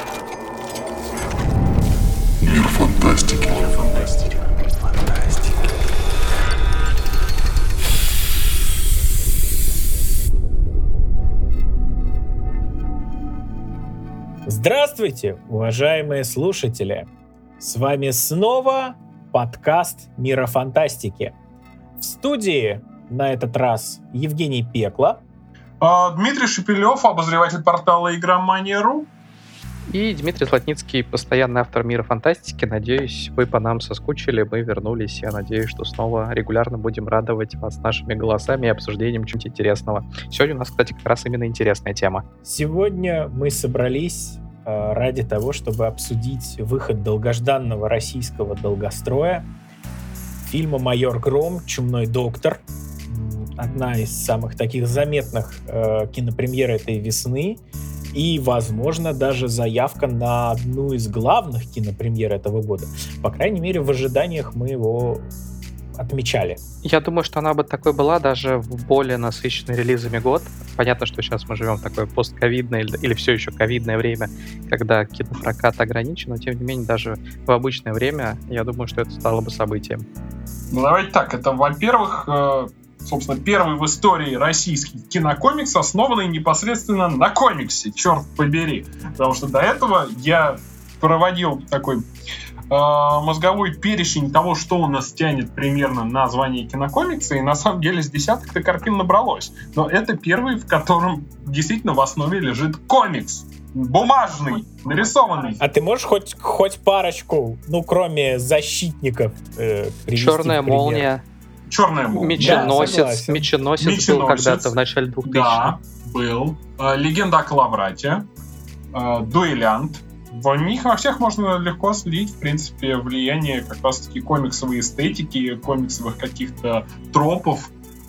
Мир фантастики. Здравствуйте, уважаемые слушатели! С вами снова подкаст «Мира фантастики». В студии на этот раз Евгений Пекло, Дмитрий Шепелев, обозреватель портала Игромания.ру. И Дмитрий Златницкий, постоянный автор «Мира фантастики». Надеюсь, вы по нам соскучили, мы вернулись. Я надеюсь, что снова регулярно будем радовать вас нашими голосами и обсуждением чего-нибудь интересного. Сегодня у нас, кстати, как раз именно интересная тема. Сегодня мы собрались ради того, чтобы обсудить выход долгожданного российского долгостроя, фильма «Майор Гром. Чумной доктор». Одна из самых таких заметных кинопремьер этой весны. И, возможно, даже заявка на одну из главных кинопремьер этого года. По крайней мере, в ожиданиях мы его отмечали. Я думаю, что она бы такой была даже в более насыщенный релизами год. Понятно, что сейчас мы живем в такое постковидное или все еще ковидное время, когда кинопрокат ограничен, но тем не менее даже в обычное время я думаю, что это стало бы событием. Ну давайте так, это, во-первых, собственно, первый в истории российский кинокомикс, основанный непосредственно на комиксе, черт побери. Потому что до этого я проводил такой мозговой перечень того, что у нас тянет примерно на звание кинокомикса, и на самом деле с десяток-то картин набралось. Но это первый, в котором действительно в основе лежит комикс. Бумажный, нарисованный. А ты можешь хоть парочку, ну, кроме «Защитников», привести? «Черная молния». «Черная молния». Меченосец был когда-то в начале 2000-х. Да, был. «Легенда о Калаврате», «Дуэлянт». В них во всех можно легко следить, в принципе, влияние как раз-таки комиксовой эстетики, комиксовых каких-то тропов.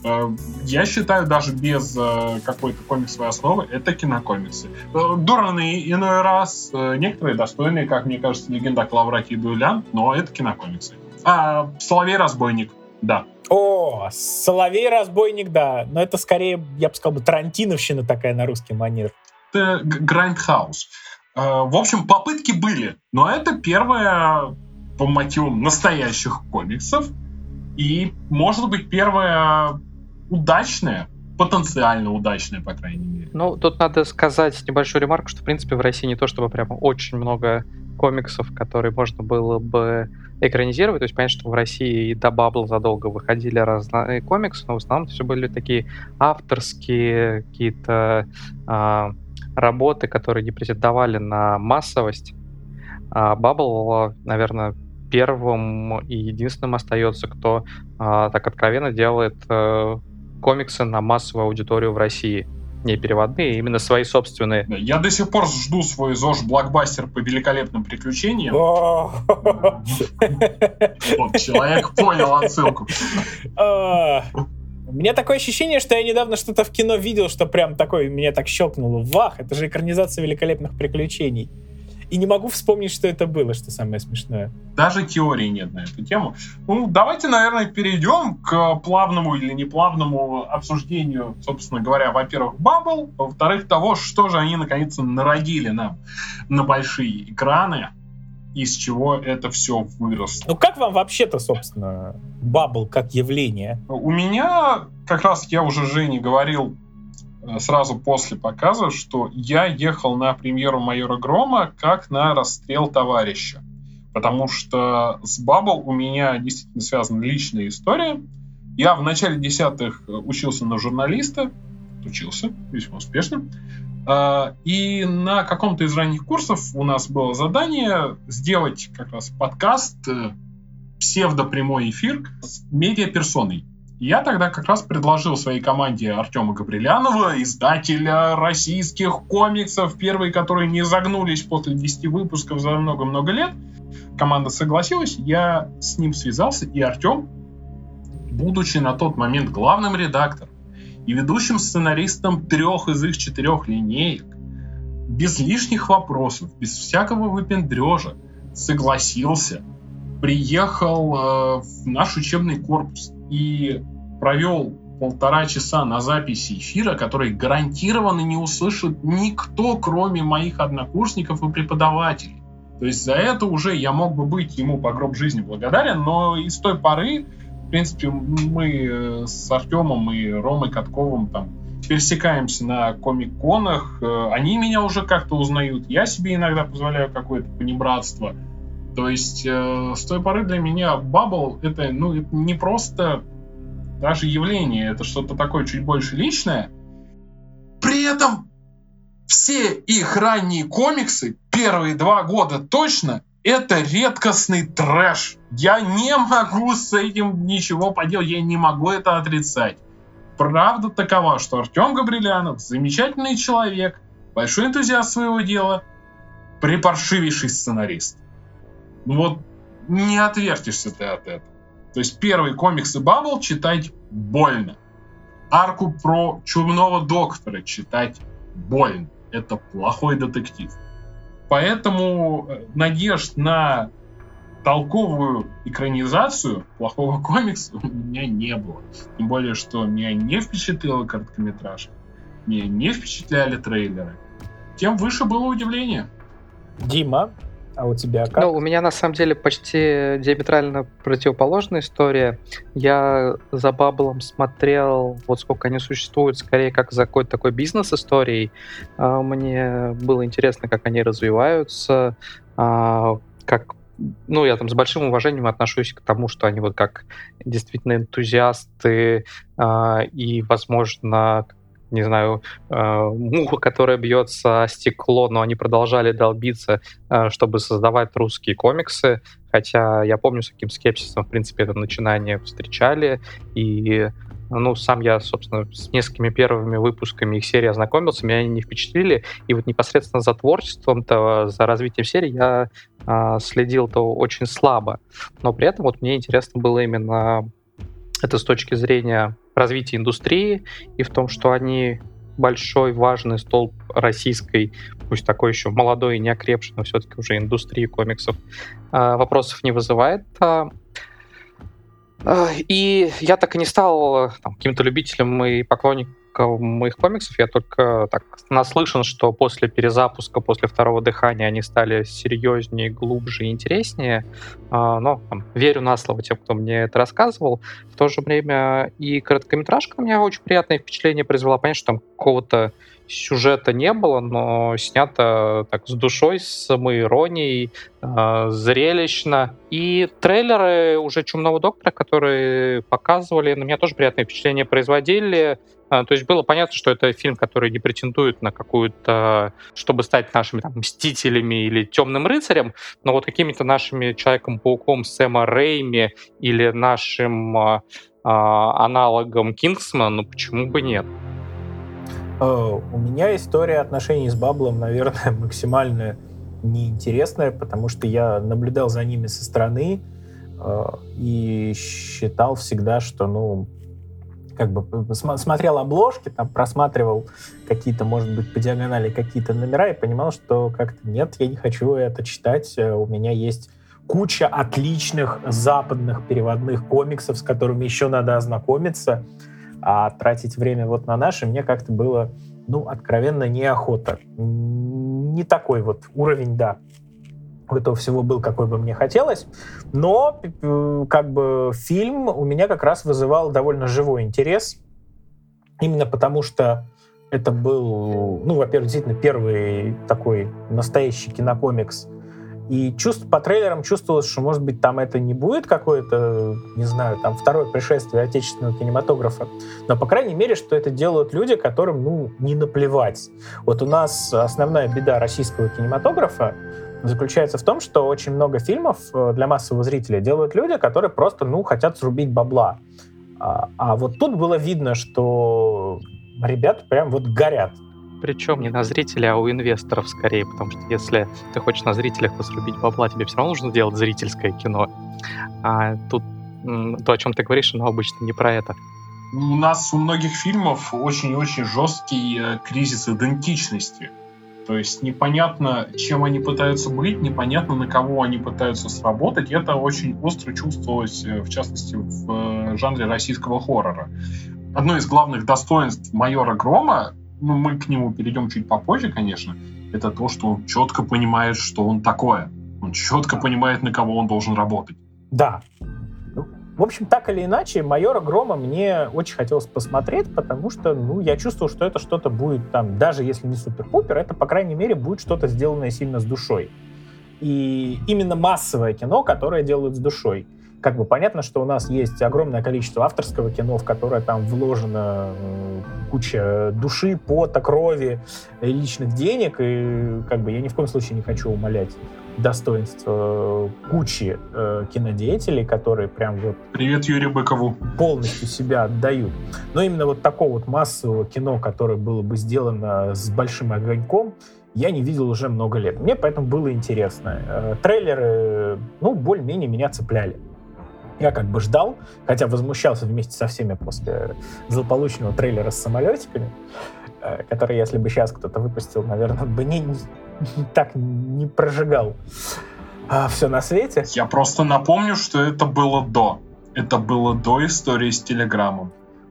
Я считаю, даже без какой-то комиксовой основы, это кинокомиксы. Дурные иной раз, некоторые достойные, как мне кажется, «Легенда о Калаврате» и «Дуэлянт», но это кинокомиксы. «Соловей-разбойник», да. О, «Соловей-разбойник», да. Но это скорее, я бы сказал, тарантиновщина такая на русский манер. Это «Грайндхаус». В общем, попытки были, но это первая по мотивам настоящих комиксов и, может быть, первая удачная, потенциально удачная, по крайней мере. Ну, тут надо сказать небольшую ремарку, что, в принципе, в России не то чтобы прямо очень много комиксов, которые можно было бы экранизировать. То есть, понятно, что в России и до Баббл задолго выходили разные комиксы, но в основном все были такие авторские какие-то работы, которые не претендовали на массовость. Баббл, наверное, первым и единственным остается, кто так откровенно делает комиксы на массовую аудиторию в России. Не переводные, именно свои собственные. Я до сих пор жду свой ЗОЖ-блокбастер по великолепным приключениям. Человек понял отсылку. У меня такое ощущение, что я недавно что-то в кино видел, что прям такое меня так щелкнуло. Вах, это же экранизация великолепных приключений. И не могу вспомнить, что это было, что самое смешное. Даже теории нет на эту тему. Ну, давайте, наверное, перейдем к плавному или неплавному обсуждению, собственно говоря, во-первых, Баббл, во-вторых, того, что же они, наконец-то, народили нам на большие экраны, из чего это все выросло. Ну, как вам вообще-то, собственно, Баббл как явление? У меня, как раз я уже Жене говорил сразу после показа, что я ехал на премьеру «Майора Грома» как на расстрел товарища. Потому что с Баббл у меня действительно связана личная история. Я в начале десятых учился на журналиста. Учился весьма успешно. И на каком-то из ранних курсов у нас было задание сделать как раз подкаст, псевдопрямой эфир с медиаперсоной. Я тогда как раз предложил своей команде Артема Габрилянова, издателя российских комиксов, первые, которые не загнулись после 10 выпусков за много-много лет. Команда согласилась, я с ним связался, и Артем, будучи на тот момент главным редактором и ведущим сценаристом 3 из их 4 линеек, без лишних вопросов, без всякого выпендрежа, согласился, приехал в наш учебный корпус и провел 1,5 часа на записи эфира, который гарантированно не услышит никто, кроме моих однокурсников и преподавателей. То есть за это уже я мог бы быть ему по гроб жизни благодарен, но и с той поры, в принципе, мы с Артемом и Ромой Катковым там пересекаемся на комик-конах, они меня уже как-то узнают, я себе иногда позволяю какое-то понебратство. То есть с той поры для меня Bubble это не просто даже явление, это что-то такое чуть больше личное. При этом все их ранние комиксы, первые 2 года точно, это редкостный трэш. Я не могу с этим ничего поделать, я не могу это отрицать. Правда такова, что Артем Габрилянов замечательный человек, большой энтузиаст своего дела, припаршивейший сценарист. Вот не отвертишься ты от этого. То есть первые комиксы Bubble читать больно. Арку про Чумного доктора читать больно. Это плохой детектив. Поэтому надежд на толковую экранизацию плохого комикса у меня не было. Тем более, что меня не впечатлила короткометражка, меня не впечатляли трейлеры. Тем выше было удивление. Дима, а у тебя как? Ну, у меня на самом деле почти диаметрально противоположная история. Я за Баблом смотрел, вот сколько они существуют, скорее как за какой-то такой бизнес-историей. Мне было интересно, как они развиваются, как я там с большим уважением отношусь к тому, что они вот как действительно энтузиасты и, возможно, не знаю, муха, которая бьется о стекло, но они продолжали долбиться, чтобы создавать русские комиксы, хотя я помню, с каким скепсисом, в принципе, это начинание встречали, и сам я, собственно, с несколькими первыми выпусками их серии ознакомился, меня они не впечатлили, и вот непосредственно за творчеством-то, за развитием серии я следил-то очень слабо, но при этом вот мне интересно было именно это с точки зрения развития индустрии и в том, что они большой, важный столб российской, пусть такой еще молодой и неокрепшей, но все-таки уже индустрии комиксов, вопросов не вызывает. И я так и не стал каким-то любителем и поклонником моих комиксов. Я только так наслышан, что после перезапуска, после второго дыхания они стали серьезнее, глубже и интереснее. Но верю на слово тем, кто мне это рассказывал. В то же время и короткометражка у меня очень приятное впечатление произвела. Понятно, что там какого-то сюжета не было, но снято так с душой, с самоиронией, зрелищно. И трейлеры уже «Чумного доктора», которые показывали, на меня тоже приятное впечатление производили. То есть было понятно, что это фильм, который не претендует на какую-то, чтобы стать нашими Мстителями или Темным рыцарем, но вот какими-то нашими Человеком-пауком Сэма Рэйми или нашим аналогом Кингсмана, почему бы нет? У меня история отношений с Баблом, наверное, максимально неинтересная, потому что я наблюдал за ними со стороны и считал всегда, что, смотрел обложки, просматривал какие-то, может быть, по диагонали какие-то номера и понимал, что как-то нет, я не хочу это читать. У меня есть куча отличных западных переводных комиксов, с которыми еще надо ознакомиться, а тратить время вот на наши мне как-то было, откровенно неохота. Не такой вот уровень, этого всего был, какой бы мне хотелось, но фильм у меня как раз вызывал довольно живой интерес, именно потому что это был, во-первых, действительно первый такой настоящий кинокомикс, и по трейлерам чувствовалось, что, может быть, там это не будет какое-то, не знаю, второе пришествие отечественного кинематографа, но, по крайней мере, что это делают люди, которым, не наплевать. Вот у нас основная беда российского кинематографа заключается в том, что очень много фильмов для массового зрителя делают люди, которые просто, хотят срубить бабла. А вот тут было видно, что ребята прям горят. Причем не на зрителей, а у инвесторов скорее, потому что если ты хочешь на зрителях срубить бабла, тебе все равно нужно делать зрительское кино. А тут то, о чем ты говоришь, оно обычно не про это. У нас у многих фильмов очень-очень жесткий кризис идентичности. То есть непонятно, чем они пытаются быть, непонятно, на кого они пытаются сработать. Это очень остро чувствовалось, в частности, в жанре российского хоррора. Одно из главных достоинств «Майора Грома», мы к нему перейдем чуть попозже, конечно, это то, что он четко понимает, что он такое. Он четко понимает, на кого он должен работать. Да. В общем, так или иначе, «Майора Грома» мне очень хотелось посмотреть, потому что, я чувствовал, что это что-то будет там, даже если не супер-пупер, это, по крайней мере, будет что-то сделанное сильно с душой. И именно массовое кино, которое делают с душой. Как бы понятно, что у нас есть огромное количество авторского кино, в которое там вложена куча души, пота, крови, личных денег, и как бы я ни в коем случае не хочу умалять достоинства кучи кинодеятелей, которые прям вот... Привет Юрию Быкову. Полностью себя отдают. Но именно вот такого вот массового кино, которое было бы сделано с большим огоньком, я не видел уже много лет. Мне поэтому было интересно. Трейлеры, более-менее меня цепляли. Я как бы ждал, хотя возмущался вместе со всеми после злополучного трейлера с самолетиками, который, если бы сейчас кто-то выпустил, наверное, бы так не прожигал все на свете. Я просто напомню, что это было до. Это было до истории с Телеграмом.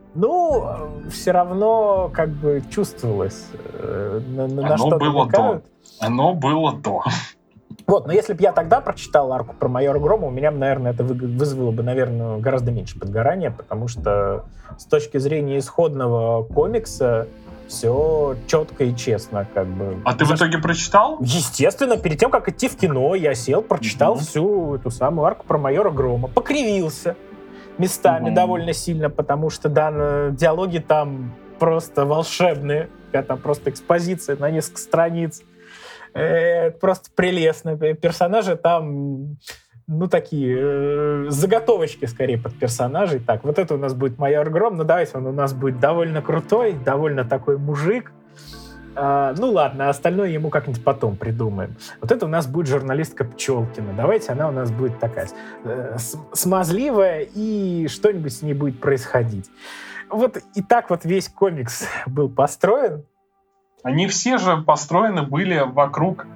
Все равно как бы чувствовалось, на что намекают. Оно было до. Вот, но если бы я тогда прочитал арку про «Майора Грома», у меня, наверное, это вызвало бы, наверное, гораздо меньше подгорания, потому что с точки зрения исходного комикса все четко и честно, как бы. А ты в итоге прочитал? Естественно, перед тем, как идти в кино, я сел, прочитал всю эту самую арку про «Майора Грома», покривился местами довольно сильно, потому что, диалоги там просто волшебные, там просто экспозиция на несколько страниц. Это просто прелестно. Персонажи там, такие заготовочки скорее под персонажей. Так, вот это у нас будет «Майор Гром», давайте он у нас будет довольно крутой, довольно такой мужик. Ладно, остальное ему как-нибудь потом придумаем. Вот это у нас будет журналистка Пчелкина. Давайте она у нас будет такая смазливая, и что-нибудь с ней будет происходить. Вот и так вот весь комикс был построен. Они все же построены были вокруг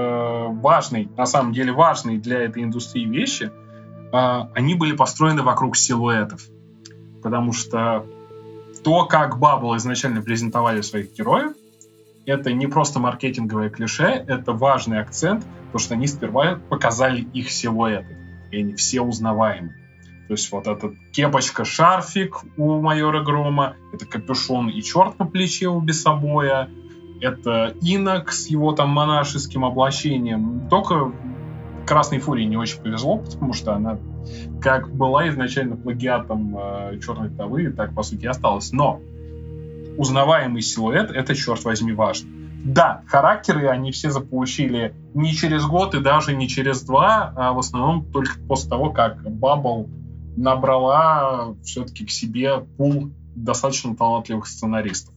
важной, на самом деле важной для этой индустрии вещи. Они были построены вокруг силуэтов. Потому что то, как Bubble изначально презентовали своих героев, это не просто маркетинговое клише, это важный акцент, потому что они сперва показали их силуэты. И они все узнаваемы. То есть вот эта кепочка-шарфик у «Майора Грома, это капюшон и черт на плече у Бесобоя, это инок с его там монашеским облачением. Только «Красной Фурии» не очень повезло, потому что она как была изначально плагиатом «Черной вдовы», так, по сути, и осталась. Но узнаваемый силуэт — это, черт возьми, важно. Да, характеры они все заполучили не через год и даже не через два, а в основном только после того, как Bubble набрала все-таки к себе пул достаточно талантливых сценаристов.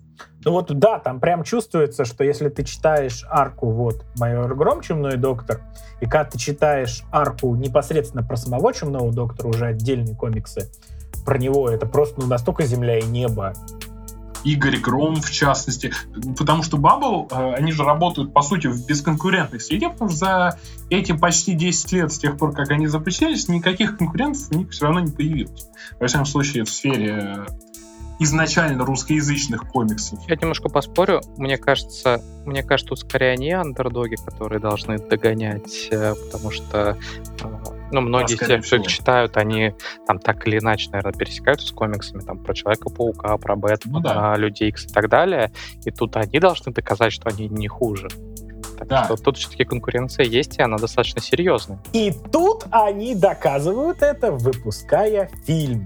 Там прям чувствуется, что если ты читаешь арку «Майор Гром. Чумной доктор», и когда ты читаешь арку непосредственно про самого Чумного доктора, уже отдельные комиксы про него, это просто настолько земля и небо. Игорь Гром, в частности. Потому что Bubble, они же работают, по сути, в бесконкурентной среде, потому что за эти почти 10 лет, с тех пор, как они запустились, никаких конкурентов у них все равно не появилось. Во всяком случае, в сфере изначально русскоязычных комиксов. Я немножко поспорю. Мне кажется, тут скорее они андердоги, которые должны догонять, потому что многие из тех, кто их читают, они там так или иначе, наверное, пересекаются с комиксами там про Человека-паука, про Бэтмена, Людей Икс и так далее. И тут они должны доказать, что они не хуже. Так что тут все-таки конкуренция есть, и она достаточно серьезная. И тут они доказывают это, выпуская фильм.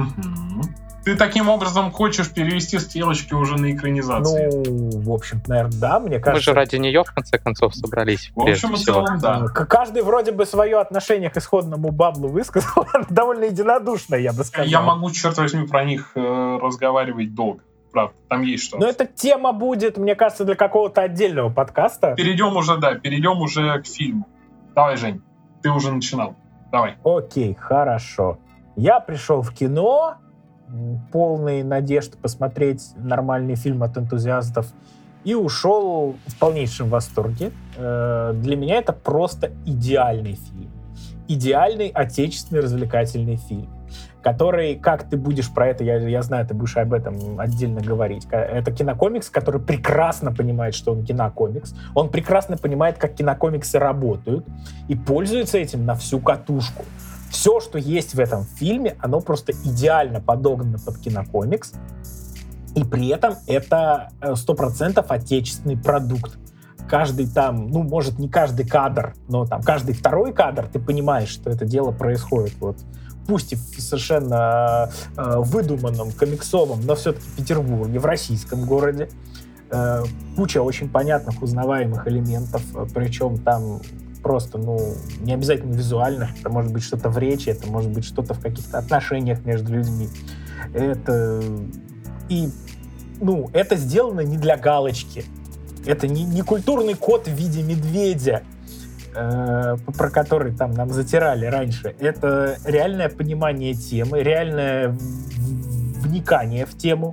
Ты таким образом хочешь перевести стрелочки уже на экранизацию? В общем-то, наверное, да. Мне кажется... Мы же ради нее, в конце концов, собрались. В общем и целом, да. Каждый вроде бы свое отношение к исходному Баблу высказал. Довольно единодушно, я бы сказал. Я могу, черт возьми, про них разговаривать долго. Правда, там есть что-то. Но эта тема будет, мне кажется, для какого-то отдельного подкаста. Перейдем уже к фильму. Давай, Жень, ты уже начинал. Давай. Окей, хорошо. Я пришел в кино, полный надежд посмотреть нормальный фильм от энтузиастов и ушел в полнейшем восторге. Для меня это просто идеальный фильм. Идеальный отечественный развлекательный фильм, который, как ты будешь про это, я знаю, ты будешь об этом отдельно говорить. Это кинокомикс, который прекрасно понимает, что он кинокомикс. Он прекрасно понимает, как кинокомиксы работают, и пользуется этим на всю катушку. Все, что есть в этом фильме, оно просто идеально подогнано под кинокомикс, и при этом это 100% отечественный продукт. Каждый там, ну, может, не каждый кадр, но там каждый второй кадр, ты понимаешь, что это дело происходит вот, пусть и в совершенно выдуманном, комиксовом, но все-таки Петербурге, в российском городе. Куча очень понятных, узнаваемых элементов, причем там просто, ну, не обязательно визуальных, это может быть что-то в речи, это может быть что-то в каких-то отношениях между людьми. Это... И, ну, это сделано не для галочки. Это не культурный код в виде медведя, про который там нам затирали раньше. Это реальное понимание темы, реальное вникание в тему.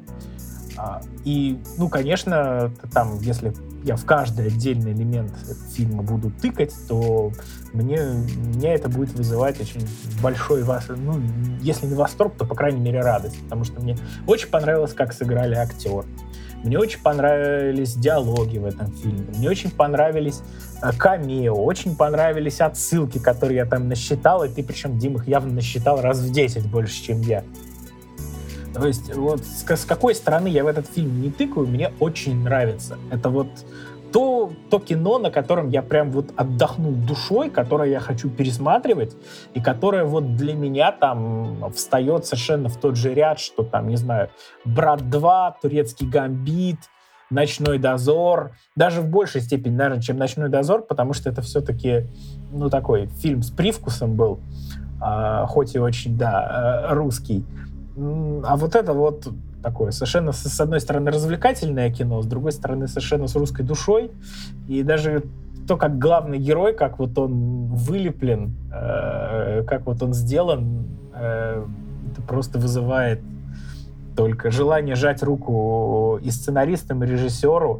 И, ну, конечно, там, если я в каждый отдельный элемент фильма буду тыкать, то меня это будет вызывать очень большой, ну, если не восторг, то, по крайней мере, радость. Потому что мне очень понравилось, как сыграли актеры. Мне очень понравились диалоги в этом фильме. Мне очень понравились камео, очень понравились отсылки, которые я там насчитал, и ты, причем, Дим, их явно насчитал раз в 10 больше, чем я. То есть вот с какой стороны я в этот фильм не тыкаю, мне очень нравится. Это вот то кино, на котором я прям вот отдохнул душой, которое я хочу пересматривать, и которое вот для меня там встает совершенно в тот же ряд, что там, не знаю, «Брат 2», «Турецкий гамбит», «Ночной дозор», даже в большей степени, наверное, чем «Ночной дозор», потому что это все-таки, ну, такой фильм с привкусом был, хоть и очень, да, русский. А вот это вот такое совершенно, с одной стороны, развлекательное кино, с другой стороны, совершенно с русской душой. И даже то, как главный герой, как вот он вылеплен, как вот он сделан, это просто вызывает только желание жать руку и сценаристам, и режиссеру,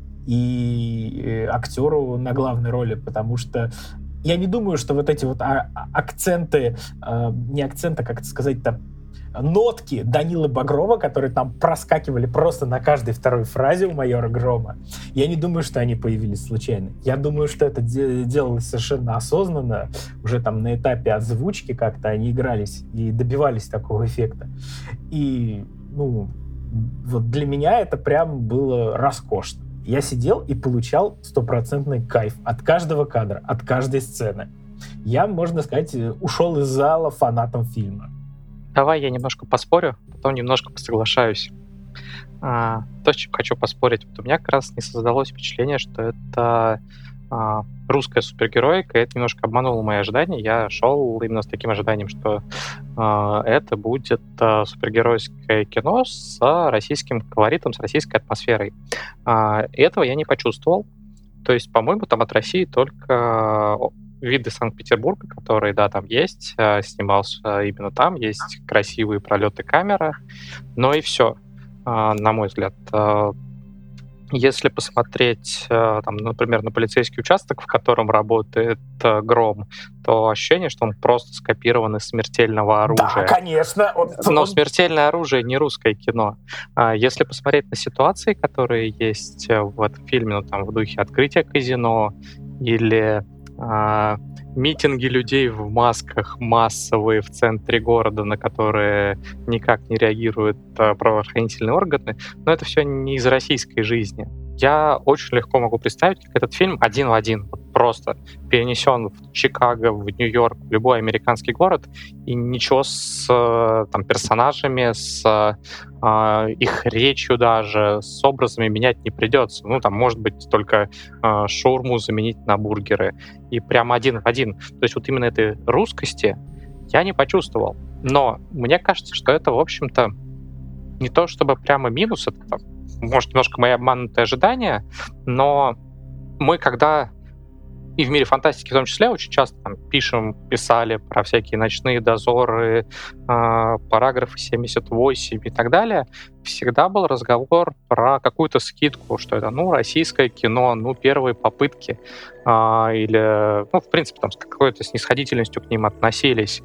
и актеру на главной роли, потому что я не думаю, что вот эти вот акценты, не акценты, как это сказать-то, нотки Данилы Багрова, которые там проскакивали просто на каждой второй фразе у майора Грома, я не думаю, что они появились случайно. Я думаю, что это делалось совершенно осознанно, уже там на этапе озвучки как-то они игрались и добивались такого эффекта. И, ну, вот для меня это прям было роскошно. Я сидел и получал 100% кайф от каждого кадра, от каждой сцены. Я, можно сказать, ушел из зала фанатом фильма. Давай я немножко поспорю, потом немножко посоглашаюсь. То, с чем хочу поспорить, вот у меня как раз не создалось впечатление, что это русская супергероика, и это немножко обмануло мои ожидания. Я шел именно с таким ожиданием, что это будет супергеройское кино с российским колоритом, с российской атмосферой. Этого я не почувствовал. То есть, по-моему, там от России только виды Санкт-Петербурга, которые, да, там есть, снимался именно там, есть красивые пролеты камеры, но и все, на мой взгляд. Если посмотреть, там, например, на полицейский участок, в котором работает Гром, то ощущение, что он просто скопирован из «Смертельного оружия». Да, конечно. Но «Смертельное оружие» не русское кино. Если посмотреть на ситуации, которые есть в этом фильме, ну, там, в духе открытия казино или митинги людей в масках массовые в центре города, на которые никак не реагируют правоохранительные органы, но это все не из российской жизни. Я очень легко могу представить, как этот фильм один в один, вот просто перенесен в Чикаго, в Нью-Йорк, в любой американский город, и ничего с там, персонажами, с их речью даже, с образами менять не придется. Ну, там, может быть, только шаурму заменить на бургеры. И прямо один в один. То есть вот именно этой русскости я не почувствовал. Но мне кажется, что это, в общем-то, не то чтобы прямо минус, это, может, немножко мои обманутые ожидания, но мы, когда и в мире фантастики в том числе очень часто там писали про всякие ночные дозоры, параграфы 78 и так далее, всегда был разговор про какую-то скидку, что это, российское кино, первые попытки, или, в принципе, там с какой-то снисходительностью к ним относились.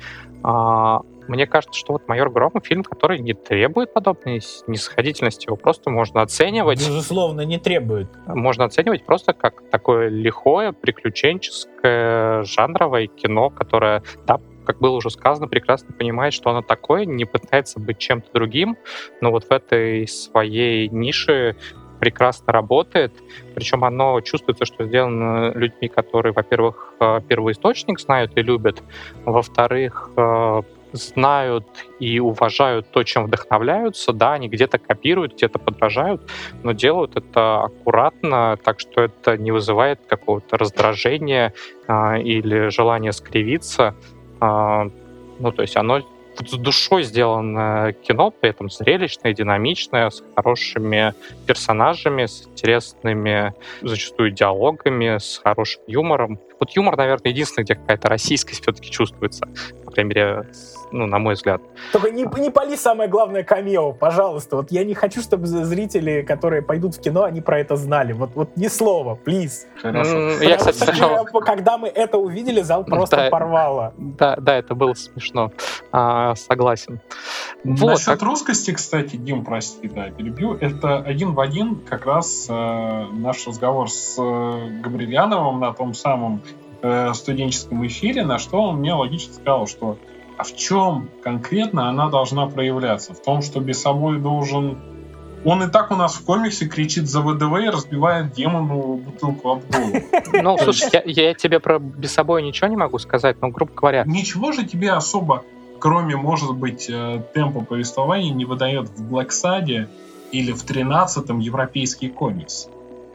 Мне кажется, что вот «Майор Гром» — фильм, который не требует подобной снисходительности, его просто можно оценивать. Безусловно, не требует. Можно оценивать просто как такое лихое, приключенческое, жанровое кино, которое, да, как было уже сказано, прекрасно понимает, что оно такое, не пытается быть чем-то другим, но вот в этой своей нише прекрасно работает. Причем оно чувствуется, что сделано людьми, которые, во-первых, первоисточник знают и любят, во-вторых, знают и уважают то, чем вдохновляются. Да, они где-то копируют, где-то подражают, но делают это аккуратно, так что это не вызывает какого-то раздражения или желания скривиться. То есть оно с душой сделано кино, при этом зрелищное, динамичное, с хорошими персонажами, с интересными зачастую диалогами, с хорошим юмором. Вот юмор, наверное, единственное, где какая-то российскость все-таки чувствуется, по крайней мере, на мой взгляд. Только не пали самое главное камео, пожалуйста. Вот я не хочу, чтобы зрители, которые пойдут в кино, они про это знали. Вот ни слова, плиз. Хорошо. Я, кстати, сначала... Когда мы это увидели, зал просто порвало. Да, это было смешно. Согласен. Насчет русскости, кстати, Дим, прости, перебью. Это один в один как раз наш разговор с Габрильяновым на том самом студенческом эфире, на что он мне логично сказал, что а в чем конкретно она должна проявляться? В том, что Бесовой должен... Он и так у нас в комиксе кричит за ВДВ и разбивает демону бутылку об голову. Слушай, я тебе про Бесовой ничего не могу сказать, но, грубо говоря... Ничего же тебе особо, кроме, может быть, темпа повествования, не выдает в Блэксаде или в 13-м европейский комикс.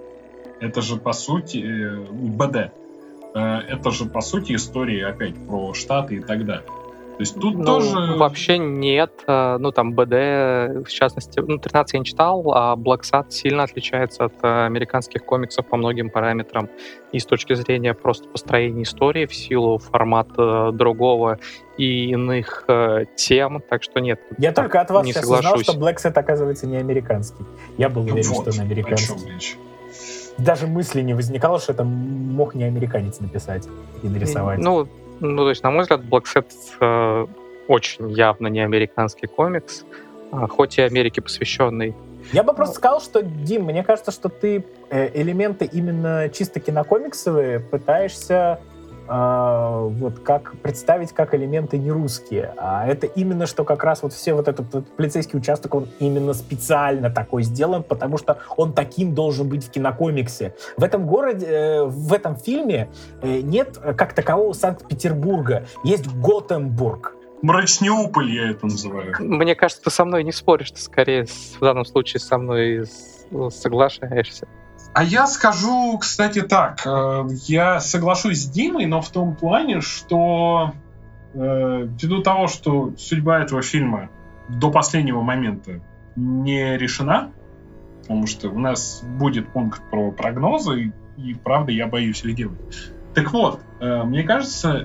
Это же, по сути, БД. Это же, по сути, история опять про Штаты и так далее. То есть тут тоже... Вообще нет. Там БД, в частности, 13 я не читал, а Black Sad сильно отличается от американских комиксов по многим параметрам. И с точки зрения просто построения истории в силу формата другого и иных тем, так что нет. Я только от вас не сейчас соглашусь. узнал, что Black Sad, оказывается, не американский. Я был уверен, что он американский. Даже мысли не возникало, что это мог не американец написать и нарисовать. То есть, на мой взгляд, Black Sad очень явно не американский комикс, хоть и Америке посвященный. Я бы просто сказал, что, Дим, мне кажется, что ты элементы именно чисто кинокомиксовые пытаешься как представить как элементы не русские. А это именно что как раз все этот полицейский участок, он именно специально такой сделан, потому что он таким должен быть в кинокомиксе. В этом городе, в этом фильме нет как такового Санкт-Петербурга. Есть Готенбург. Мрачнеуполь я это называю. Мне кажется, ты со мной не споришь, ты скорее в данном случае со мной соглашаешься. А я скажу, кстати, так. Я соглашусь с Димой, но в том плане, что ввиду того, что судьба этого фильма до последнего момента не решена, потому что у нас будет пункт про прогнозы, и правда, я боюсь их делать. Так вот, мне кажется,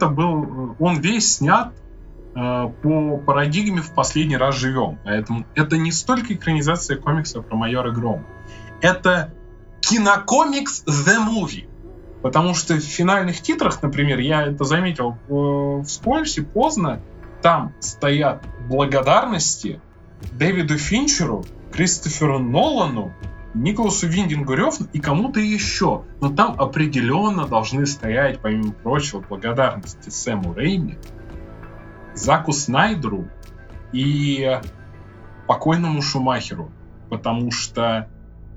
он весь снят по парадигме «В последний раз живем». Поэтому это не столько экранизация комикса про майора Грома. Это кинокомикс The Movie. Потому что в финальных титрах, например, я это заметил вскользь и поздно, там стоят благодарности Дэвиду Финчеру, Кристоферу Нолану, Николасу Виндингу Рёфну и кому-то еще. Но там определенно должны стоять, помимо прочего, благодарности Сэму Рэйми, Заку Снайдеру и покойному Шумахеру. Потому что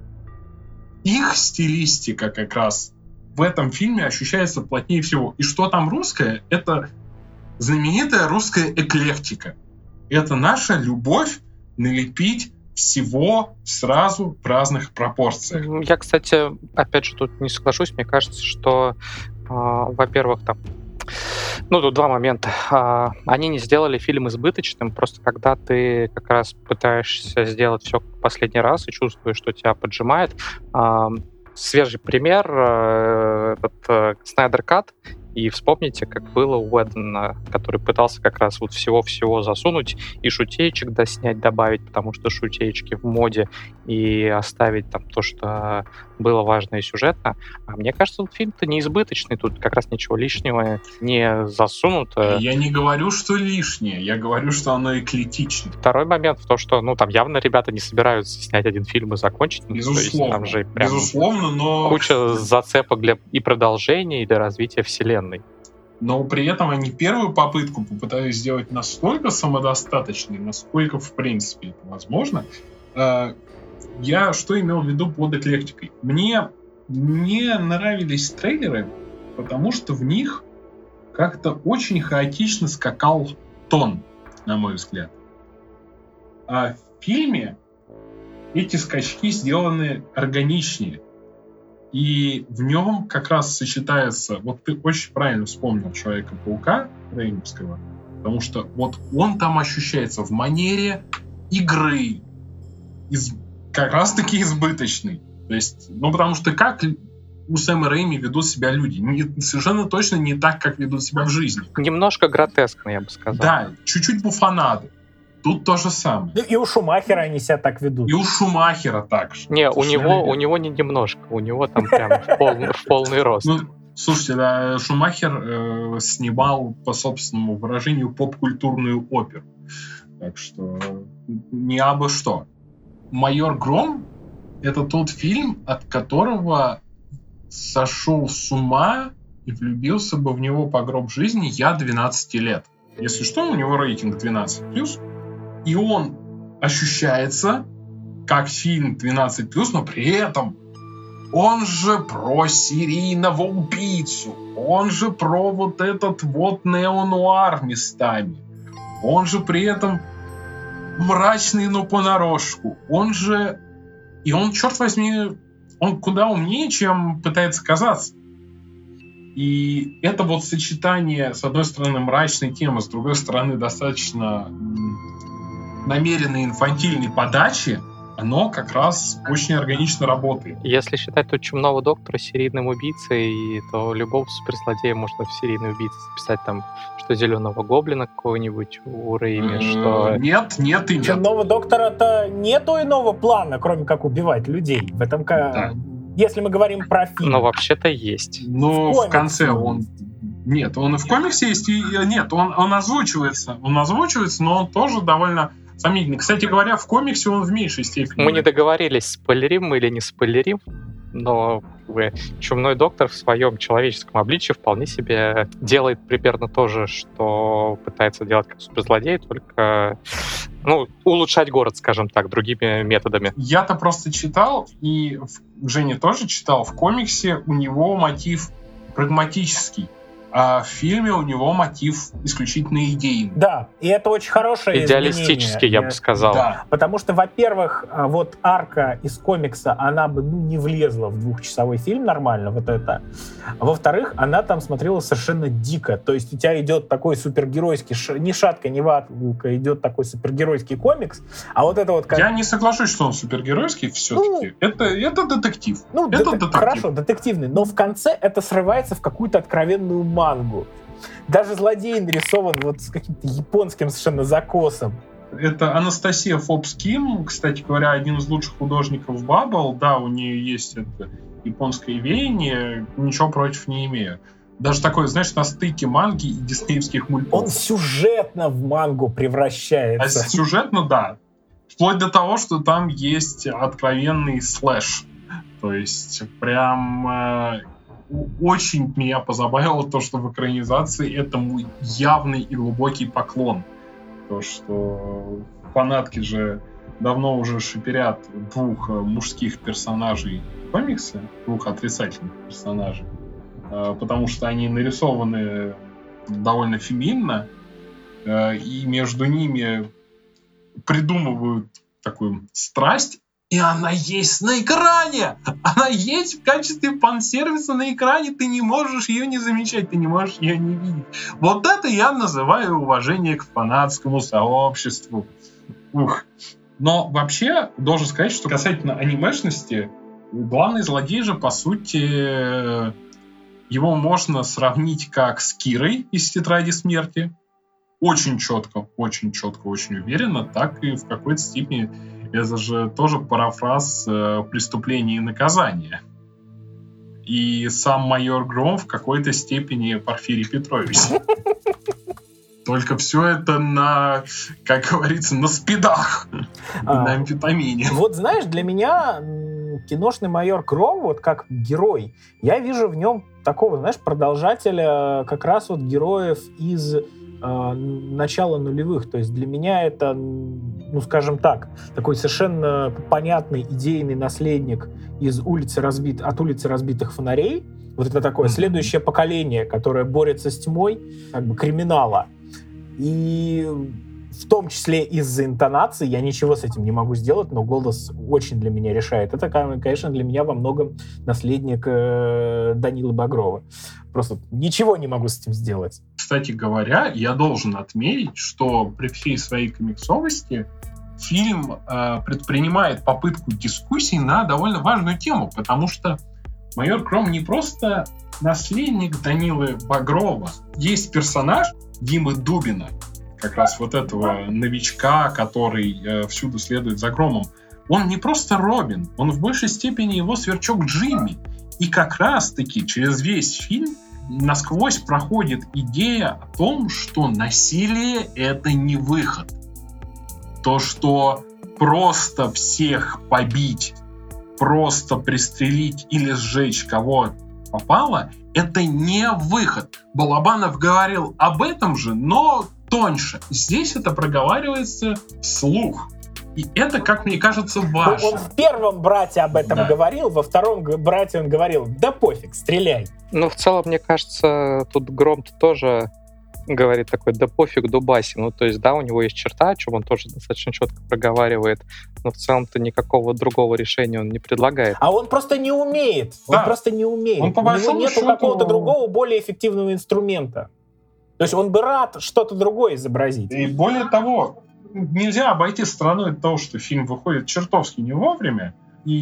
их стилистика как раз в этом фильме ощущается плотнее всего. И что там русское? Это знаменитая русская эклектика. Это наша любовь налепить всего сразу в разных пропорциях. Я, кстати, опять же тут не соглашусь. Мне кажется, что, во-первых, тут два момента. Они не сделали фильм избыточным, просто когда ты как раз пытаешься сделать все в последний раз и чувствуешь, что тебя поджимает, свежий пример, Снайдер Кат, и вспомните, как было у Уэддона, который пытался как раз вот всего-всего засунуть и шутеечек снять, добавить, потому что шутеечки в моде, и оставить там то, что было важно и сюжетно. А мне кажется, этот фильм-то неизбыточный, тут как раз ничего лишнего не засунуто. Я не говорю, что лишнее, я говорю, что оно эклектично. Второй момент в том, что, там явно ребята не собираются снять один фильм и закончить. Безусловно, там же прям безусловно, но... куча зацепок для и продолжения, и для развития вселенной. Но при этом они первую попытку попытались сделать настолько самодостаточной, насколько, в принципе, это возможно. Я что имел в виду под эклектикой? Мне не нравились трейлеры, потому что в них как-то очень хаотично скакал тон, на мой взгляд. А в фильме эти скачки сделаны органичнее. И в нем как раз сочетается... Вот ты очень правильно вспомнил Человека-паука Рэймовского, потому что вот он там ощущается в манере игры, как раз-таки избыточный. То есть, потому что как у Сэма Рэйми ведут себя люди? Совершенно точно не так, как ведут себя в жизни. Немножко гротескно, я бы сказал. Да, чуть-чуть буфонады. Тут то же самое. И у Шумахера они себя так ведут. И у Шумахера так же. Не, у него не немножко, у него там прям в полный рост. Слушайте, да, Шумахер снимал, по собственному выражению, поп-культурную оперу. Так что не абы что. «Майор Гром» — это тот фильм, от которого сошел с ума и влюбился бы в него по гроб жизни я 12 лет. Если что, у него рейтинг 12+. И он ощущается как фильм 12+, но при этом он же про серийного убийцу, он же про вот этот вот неонуар местами, он же при этом мрачный, но понарошку, он же... И он, черт возьми, он куда умнее, чем пытается казаться. И это вот сочетание, с одной стороны, мрачной темы, с другой стороны, достаточно намеренной инфантильной подачи, оно как раз очень органично работает. Если считать тут Чумного доктора серийным убийцей, то любого суперзлодея можно в серийный убийца записать там, что Зеленого Гоблина какого-нибудь у Рэйми, что... Нет и нет. Чумного доктора-то нету иного плана, кроме как убивать людей. В этом... Да. Если мы говорим про фильм. Но вообще-то есть. Но в конце он... Нет, он и в комиксе есть, и нет, он озвучивается. Он озвучивается, но он тоже довольно сомнительный. Кстати говоря, в комиксе он в меньшей степени. Мы не договорились, спойлерим мы или не спойлерим, но Чумной доктор в своем человеческом обличии вполне себе делает примерно то же, что пытается делать как суперзлодей, только улучшать город, скажем так, другими методами. Я-то просто читал, и Женя тоже читал, в комиксе у него мотив прагматический. А в фильме у него мотив исключительно идейный. Да, и это очень хорошее идеалистический, я бы сказал. Да. Потому что, во-первых, вот арка из комикса, она бы не влезла в 2-часовой фильм нормально, вот это. А во-вторых, она там смотрелась совершенно дико. То есть у тебя идет такой супергеройский, ни шатка, ни ватка, идет такой супергеройский комикс, а вот это вот... Я не соглашусь, что он супергеройский все-таки. Это детектив. Это детектив. Хорошо, детективный, но в конце это срывается в какую-то откровенную мангу. Даже злодей нарисован вот с каким-то японским совершенно закосом. Это Анастасия Фобс-Ким, кстати говоря, один из лучших художников Баббл. Да, у нее есть это японское веяние, ничего против не имею. Даже такой, знаешь, на стыке манги и диснеевских мультов. Он сюжетно в мангу превращается. А сюжетно, да. Вплоть до того, что там есть откровенный слэш. То есть прям... Очень меня позабавило то, что в экранизации этому явный и глубокий поклон. То, что фанатки же давно уже шиперят двух мужских персонажей комикса, двух отрицательных персонажей, потому что они нарисованы довольно феминно, и между ними придумывают такую страсть, и она есть на экране! Она есть в качестве фан-сервиса на экране, ты не можешь ее не замечать, ты не можешь ее не видеть. Вот это я называю уважение к фанатскому сообществу. Ух. Но вообще, должен сказать, что касательно анимешности, Главный злодей же, по сути, его можно сравнить как с Кирой из «Тетради смерти». Очень четко, очень уверенно, так и в какой-то степени это же тоже парафраз «Преступление и наказание». И сам майор Гром в какой-то степени Порфирий Петрович. Только все это на, как говорится, на спидах, на амфетамине. Вот знаешь, для меня киношный майор Гром, вот как герой, я вижу в нем такого, знаешь, продолжателя как раз вот героев из начала нулевых. То есть для меня это, ну, скажем так, такой совершенно понятный идейный наследник от улицы разбитых фонарей. Вот это такое следующее поколение, которое борется с тьмой, как бы криминала. И в том числе из-за интонации я ничего с этим не могу сделать, но голос очень для меня решает. Это, конечно, для меня во многом наследник Данилы Багрова. Просто ничего не могу с этим сделать. Кстати говоря, я должен отметить, что при всей своей комиксовости фильм предпринимает попытку дискуссии на довольно важную тему, потому что майор Гром не просто наследник Данилы Багрова. Есть персонаж Димы Дубина, как раз вот этого новичка, который всюду следует за Громом. Он не просто Робин, он в большей степени его сверчок Джимми. И как раз-таки через весь фильм насквозь проходит идея о том, что насилие — это не выход. То, что просто всех побить, просто пристрелить или сжечь кого попало, это не выход. Балабанов говорил об этом же, но тоньше. Здесь это проговаривается вслух. И это, как мне кажется, важно. Он в первом брате об этом говорил, во втором брате он говорил: да пофиг, стреляй. Ну, в целом, мне кажется, тут Гром-то тоже говорит такой: да пофиг, дубаси. Ну, то есть, да, у него есть черта, о чем он тоже достаточно четко проговаривает, но в целом-то никакого другого решения он не предлагает. А он просто не умеет. Да. Он просто не умеет. Он, по у него большому нет счету, какого-то другого, более эффективного инструмента. То есть он бы рад что-то другое изобразить. И более того, нельзя обойти стороной того, что фильм выходит чертовски не вовремя,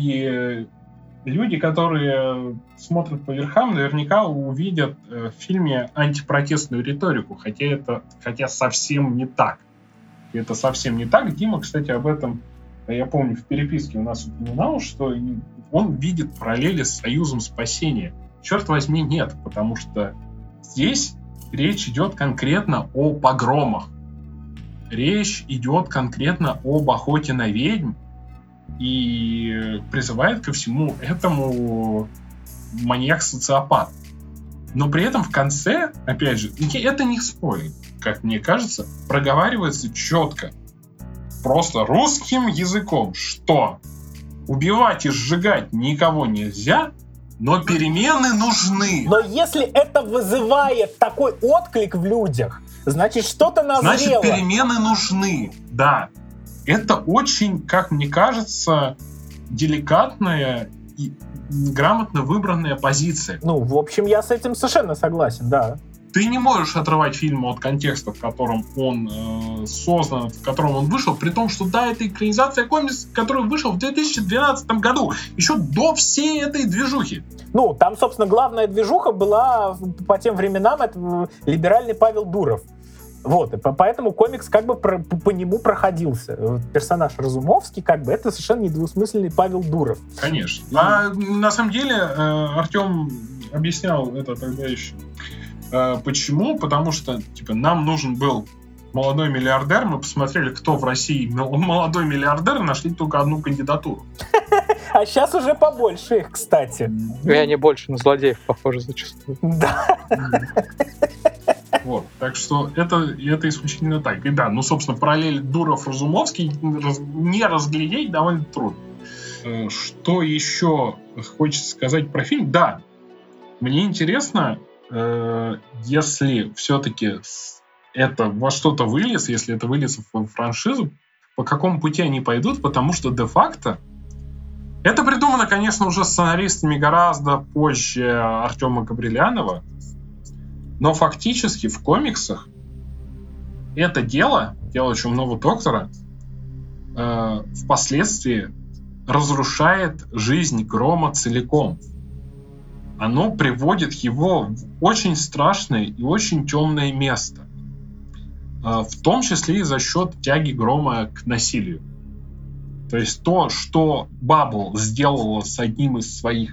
и люди, которые смотрят по верхам, наверняка увидят в фильме антипротестную риторику, хотя совсем не так. Это совсем не так. Дима, кстати, об этом, я помню, в переписке у нас упоминал, что он видит параллели с Союзом спасения. Черт возьми, нет, потому что здесь речь идет конкретно о погромах. Речь идет конкретно об охоте на ведьм, и призывает ко всему этому маньяк-социопат. Но при этом в конце, опять же, это не спойлер, как мне кажется, проговаривается четко, просто русским языком, что убивать и сжигать никого нельзя, но перемены нужны. Но если это вызывает такой отклик в людях, значит, что-то назрело. Значит, перемены нужны, да. Это очень, как мне кажется, деликатная и грамотно выбранная позиция. Ну, в общем, я с этим совершенно согласен, да. Ты не можешь отрывать фильм от контекста, в котором он создан, в котором он вышел, при том, что да, это экранизация комикса, который вышел в 2012 году, еще до всей этой движухи. Ну, там, собственно, главная движуха была по тем временам, это либеральный Павел Дуров. Вот, и поэтому комикс как бы по нему проходился. Персонаж Разумовский, как бы, это совершенно недвусмысленный Павел Дуров. Конечно. А на самом деле Артем объяснял это тогда еще. Почему? Потому что, типа, нам нужен был молодой миллиардер, мы посмотрели, кто в России молодой миллиардер, и нашли только одну кандидатуру. А сейчас уже побольше их, кстати. И они больше на злодеев похожи зачастую. Да. Вот, так что это исключительно так. И да, ну, собственно, параллель Дуров-Разумовский не разглядеть довольно трудно. Что еще хочется сказать про фильм? Да, мне интересно, если все-таки это во что-то выльется, если это выльется в франшизу, по какому пути они пойдут, потому что де-факто это придумано, конечно, уже сценаристами гораздо позже Артема Габрилянова, но фактически в комиксах это дело Чумного доктора, впоследствии разрушает жизнь Грома целиком. Оно приводит его в очень страшное и очень темное место. В том числе и за счет тяги Грома к насилию. То есть то, что Баббл сделала с одним из своих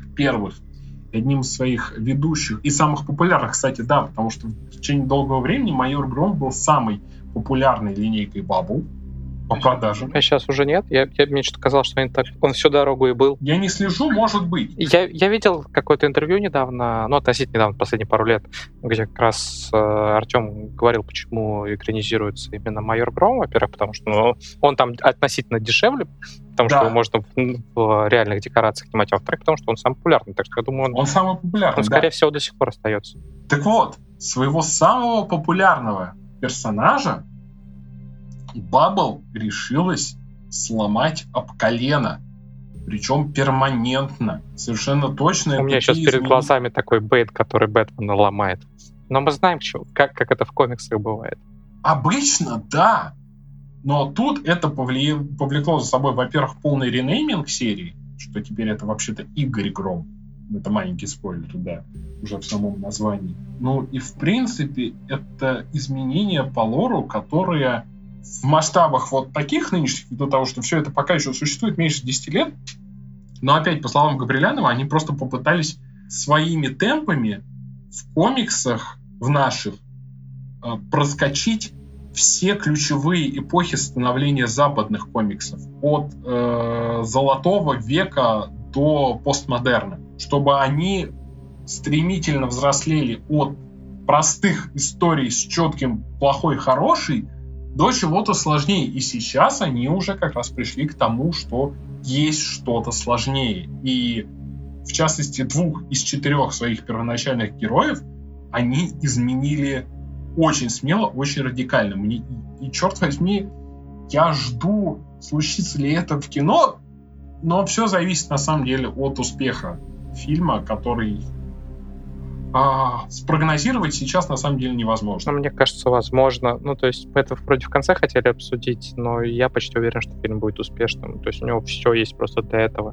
ведущих и самых популярных, кстати, да, потому что в течение долгого времени Майор Гром был самой популярной линейкой Баббл по продажам. А сейчас уже нет? Мне что-то казалось, что он всю дорогу и был. Я не слежу, может быть. Я видел какое-то интервью недавно, относительно недавно, последние пару лет, где как раз Артем говорил, почему экранизируется именно Майор Гром, во-первых, потому что он там относительно дешевле, потому что его можно в реальных декорациях снимать, а во-вторых, потому что он самый популярный. Так что я думаю, он самый популярный, он, скорее всего, до сих пор остается. Так вот, своего самого популярного персонажа Баббл решилась сломать об колено. Причем перманентно. Совершенно точно. У меня сейчас перед глазами такой Бэйт, который Бэтмена ломает. Но мы знаем, как это в комиксах бывает. Обычно, да. Но тут это повлекло за собой, во-первых, полный ренейминг серии, что теперь это вообще-то Игорь Гром. Это маленький спойлер, да, уже в самом названии. Ну и в принципе это изменения по лору, которые в масштабах вот таких нынешних, ввиду того, что все это пока еще существует меньше 10 лет, но опять, по словам Габрилянова, они просто попытались своими темпами в комиксах, в наших, проскочить все ключевые эпохи становления западных комиксов. От Золотого века до постмодерна. Чтобы они стремительно взрослели от простых историй с четким плохой-хороший до чего-то сложнее. И сейчас они уже как раз пришли к тому, что есть что-то сложнее. И в частности 2 из 4 своих первоначальных героев они изменили очень смело, очень радикально. И черт возьми, я жду, случится ли это в кино, но все зависит на самом деле от успеха фильма, который спрогнозировать сейчас на самом деле невозможно. Мне кажется, возможно. То есть мы это вроде в конце хотели обсудить, но я почти уверен, что фильм будет успешным. То есть у него все есть просто для этого.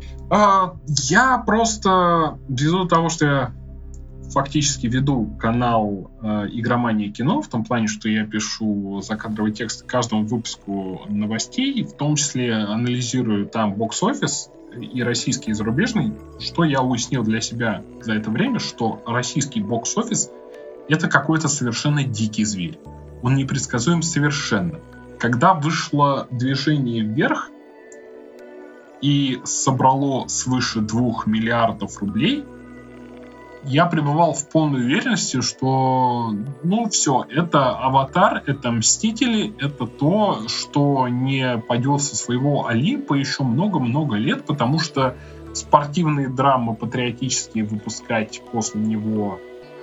Я просто, ввиду того, что я фактически веду канал «Игромания кино», в том плане, что я пишу закадровый текст к каждому выпуску новостей, в том числе анализирую там бокс-офис и российский, и зарубежный, что я уяснил для себя за это время, что российский бокс-офис — это какой-то совершенно дикий зверь. Он непредсказуем совершенно. Когда вышло «Движение вверх» и собрало свыше 2 миллиардов рублей, я пребывал в полной уверенности, что все, это «Аватар», это «Мстители», это то, что не падет со своего Олимпа еще много-много лет, потому что спортивные драмы патриотические выпускать после него,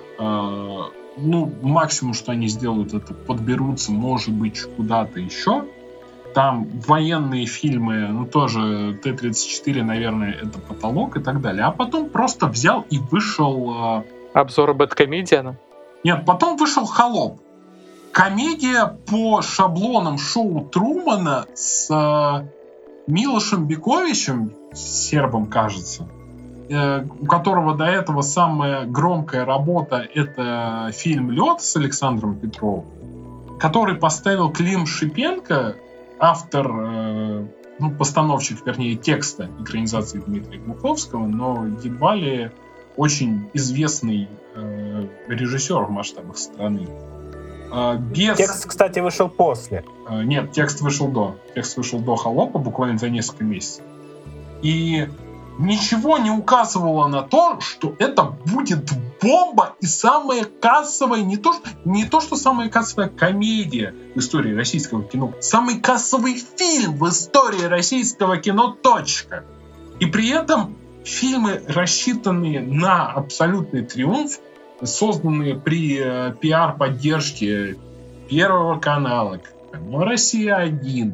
максимум, что они сделают, это подберутся, может быть, куда-то еще. Там военные фильмы, тоже Т-34, наверное, это потолок и так далее. А потом просто взял и вышел... Обзор Бэдкомедиана? Нет, потом вышел «Холоп». Комедия по шаблонам шоу Трумана с Милошем Биковичем, сербом, кажется, у которого до этого самая громкая работа — это фильм «Лед» с Александром Петровым, который поставил Клим Шипенко, автор, постановщик, вернее, текста экранизации Дмитрия Глуховского, но едва ли очень известный режиссер в масштабах страны. Текст, кстати, вышел после. Нет, текст вышел до. Текст вышел до «Холопа», буквально за несколько месяцев. И ничего не указывало на то, что это будет бомба и самая кассовая, не то что самая кассовая комедия в истории российского кино, самый кассовый фильм в истории российского кино, точка. И при этом фильмы, рассчитанные на абсолютный триумф, созданные при пиар-поддержке Первого канала, Россия-1,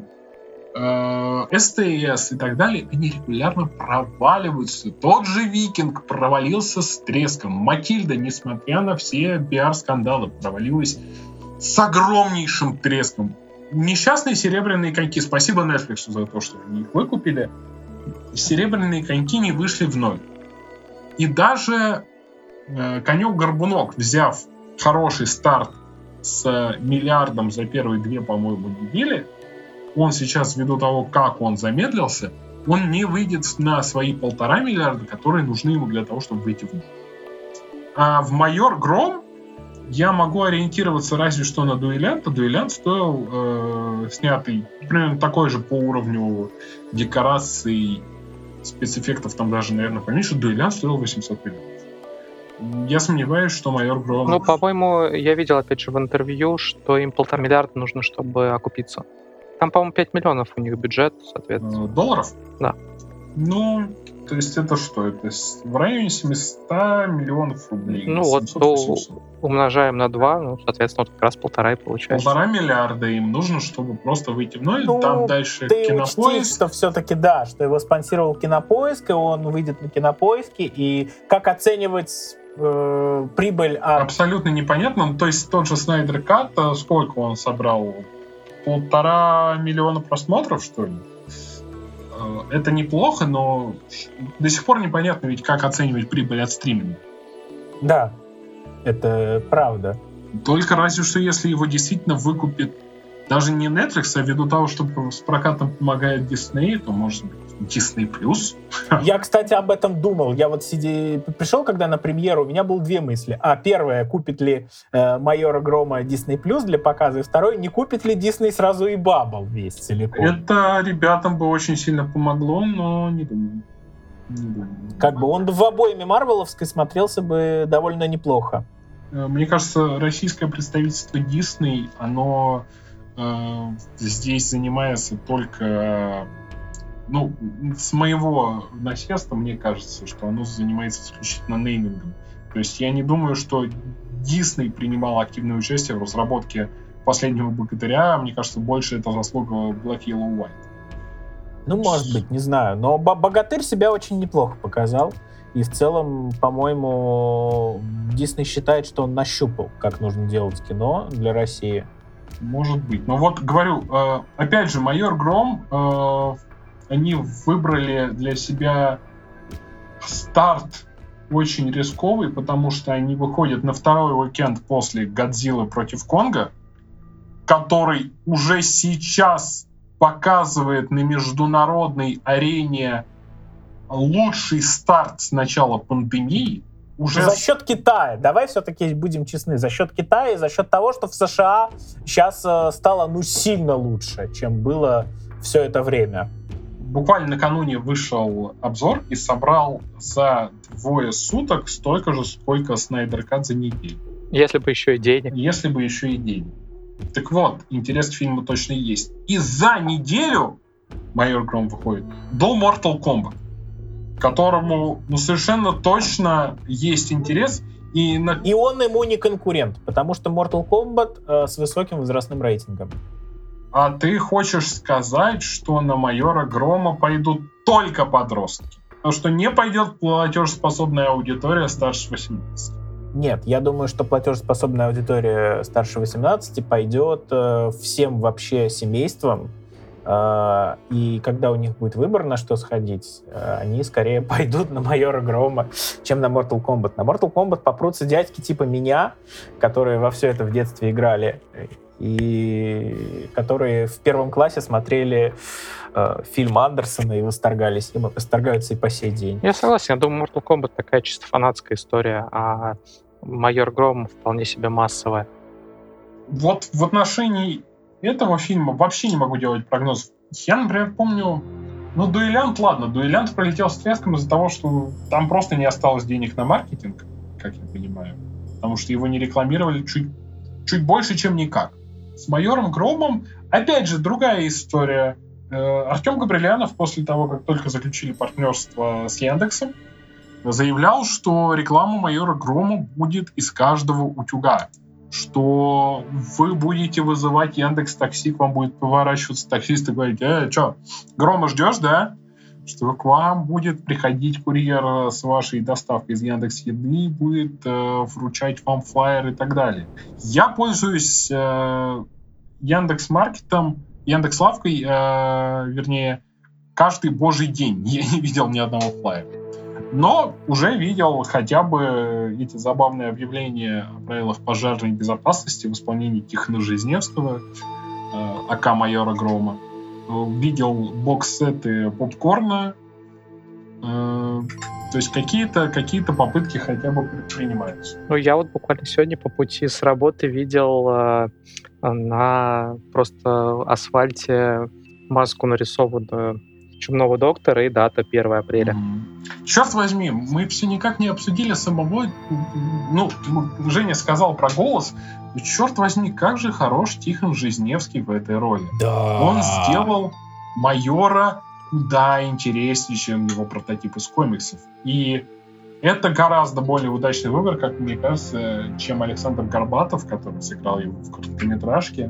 СТС и так далее, они регулярно проваливаются. Тот же «Викинг» провалился с треском. «Матильда», несмотря на все пиар-скандалы, провалилась с огромнейшим треском. «Несчастные серебряные коньки». Спасибо Netflix за то, что они их выкупили. серебряные коньки не вышли в ноль. И даже конек-горбунок, взяв хороший старт с миллиардом за первые 2, по-моему, недели, он сейчас, ввиду того, как он замедлился, он не выйдет на свои 1,5 миллиарда, которые нужны ему для того, чтобы выйти в ноль. А в «Майор Гром» я могу ориентироваться разве что на «Дуэлянта». «Дуэлянт» стоил снятый примерно такой же по уровню декораций, спецэффектов там даже, наверное, поменьше. «Дуэлянт» стоил 800 миллионов. Я сомневаюсь, что «Майор Гром». Ну, по-моему, я видел, опять же, в интервью, что им 1,5 миллиарда нужно, чтобы окупиться. Там, по-моему, 5 миллионов у них бюджет, соответственно. Долларов? Да. Ну, то есть это что? Это в районе 700 миллионов рублей. Ну вот, умножаем на 2, ну, соответственно, вот как раз 1,5 получается. 1,5 миллиарда им нужно, чтобы просто выйти в ноль. Ну, там дальше ты Кинопоиск. учти, что все-таки да, что его спонсировал Кинопоиск, и он выйдет на Кинопоиске, и как оценивать прибыль от... Абсолютно непонятно. То есть тот же Снайдер Кат, сколько он собрал? 1,5 миллиона просмотров, что ли? Это неплохо, но до сих пор непонятно ведь, как оценивать прибыль от стриминга. Да, это правда. Только разве что, если его действительно выкупит даже не Netflix, а ввиду того, что с прокатом помогает Disney, то может быть Disney+. Я, кстати, об этом думал. Я вот пришел, когда на премьеру, у меня было 2 мысли. Первая, купит ли «Майора Грома» Disney+ для показа, и второй, не купит ли Disney сразу и Бабл весь целиком. Это ребятам бы очень сильно помогло, но не думаю. Как бы он в обоими марвеловской смотрелся бы довольно неплохо. Мне кажется, российское представительство Disney, оно здесь занимается только... Ну, с моего насеста, мне кажется, что оно занимается исключительно неймингом. То есть я не думаю, что Disney принимал активное участие в разработке «Последнего богатыря». Мне кажется, больше это заслуга Black Yellow White. Ну, может быть, не знаю. Но «Богатырь» себя очень неплохо показал. И в целом, по-моему, Disney считает, что он нащупал, как нужно делать кино для России. Может быть. Но вот, говорю, опять же, «Майор Гром», они выбрали для себя старт очень рисковый, потому что они выходят на второй уикенд после «Годзиллы против Конга», который уже сейчас показывает на международной арене лучший старт с начала пандемии. Уже за счет Китая. Давай все-таки будем честны. За счет Китая и за счет того, что в США сейчас стало сильно лучше, чем было все это время. Буквально накануне вышел обзор и собрал за 2 суток столько же, сколько Снайдер Кат за неделю. Если бы еще и денег. Если бы еще и денег. Так вот, интерес к фильму точно есть. И за неделю «Майор Гром» выходит до Mortal Kombat, которому совершенно точно есть интерес. И он ему не конкурент, потому что Mortal Kombat с высоким возрастным рейтингом. А ты хочешь сказать, что на «Майора Грома» пойдут только подростки? Потому что не пойдет платежеспособная аудитория старше 18? Нет, я думаю, что платежеспособная аудитория старше 18 пойдет всем вообще семействам. И когда у них будет выбор, на что сходить, они скорее пойдут на «Майора Грома», чем на Mortal Kombat. На Mortal Kombat попрутся дядьки типа меня, которые во все это в детстве играли, и которые в 1 классе смотрели фильм Андерсона и восторгались им, и восторгаются и по сей день. Я согласен, я думаю, Mortal Kombat такая чисто фанатская история, а «Майор Гром» вполне себе массовая. Вот в отношении этого фильма вообще не могу делать прогноз. Я, например, помню... «Дуэлянт», ладно, «Дуэлянт» пролетел с треском из-за того, что там просто не осталось денег на маркетинг, как я понимаю. Потому что его не рекламировали чуть больше, чем никак. С «Майором Громом» опять же другая история. Артем Габрилянов после того, как только заключили партнерство с Яндексом, заявлял, что реклама «Майора Грома» будет из каждого утюга. Что вы будете вызывать Яндекс.Такси, к вам будет поворачиваться таксист и говорить: что, Грома ждешь, да? Что к вам будет приходить курьер с вашей доставкой из Яндекс.Еды, будет вручать вам флаер и так далее. Я пользуюсь Яндекс.Маркетом, Яндекс.Лавкой, вернее, каждый божий день я не видел ни одного флая. Но уже видел хотя бы эти забавные объявления о правилах пожарной безопасности в исполнении Тихона Жизневского, АК майора Грома. Видел бокс-сеты попкорна. То есть какие-то попытки хотя бы предпринимаются. Ну, я вот буквально сегодня по пути с работы видел на просто асфальте маску, нарисованную Чумного доктора, и дата 1 апреля. Черт возьми, мы все никак не обсудили самого... Ну, Женя сказал про голос. Черт возьми, как же хорош Тихон Жизневский в этой роли. Да. Он сделал майора куда интереснее, чем его прототип из комиксов. И это гораздо более удачный выбор, как мне кажется, чем Александр Горбатов, который сыграл его в короткометражке.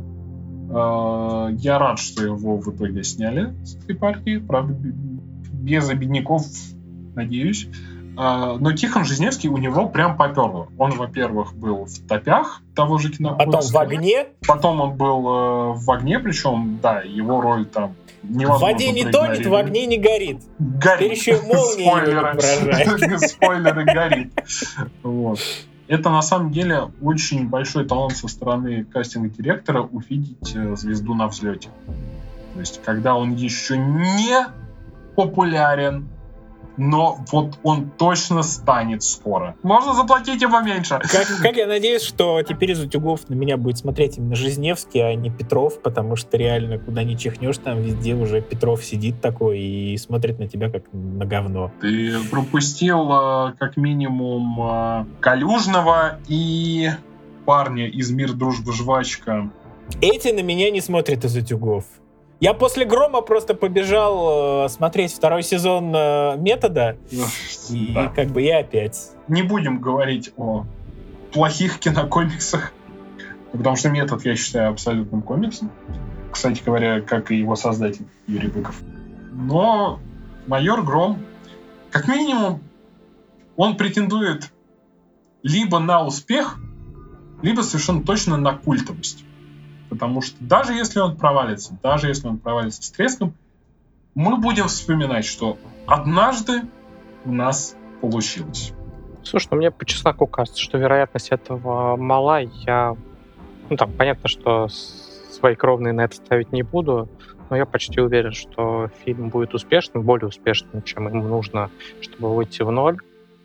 Я рад, что его в итоге сняли с этой партии. Правда, без обидников, надеюсь. Но Тихон Жизневский, у него прям поперло. Он, во-первых, был в «Топях» того же кинокомикса. Потом в «Огне». Потом он был в «Огне», причем, да, его роль там невозможно в воде не тонет, в огне не горит. Горит. Теперь еще и молния поражает. Спойлеры, горит. Вот. Это, на самом деле, очень большой талант со стороны кастинг-директора увидеть звезду на взлете. То есть, когда он еще не популярен, но вот он точно станет скоро. Можно заплатить ему меньше. Как я надеюсь, что теперь из утюгов на меня будет смотреть именно Жизневский, а не Петров, потому что реально, куда ни чихнешь, там везде уже Петров сидит такой и смотрит на тебя как на говно. Ты пропустил как минимум Калюжного и парня из «Мир, дружба, жвачка». Эти на меня не смотрят из утюгов. Я после «Грома» просто побежал смотреть 2 сезон «Метода», и Да. как бы я опять. Не будем говорить о плохих кинокомиксах, потому что «Метод» я считаю абсолютным комиксом. Кстати говоря, как и его создатель Юрий Быков. Но «Майор Гром», как минимум, он претендует либо на успех, либо совершенно точно на культовость. Потому что даже если он провалится с треском, мы будем вспоминать, что однажды у нас получилось. Слушай, ну мне по чесноку кажется, что вероятность этого мала. Понятно, что свои кровные на это ставить не буду, но я почти уверен, что фильм будет успешным, более успешным, чем ему нужно, чтобы выйти в ноль.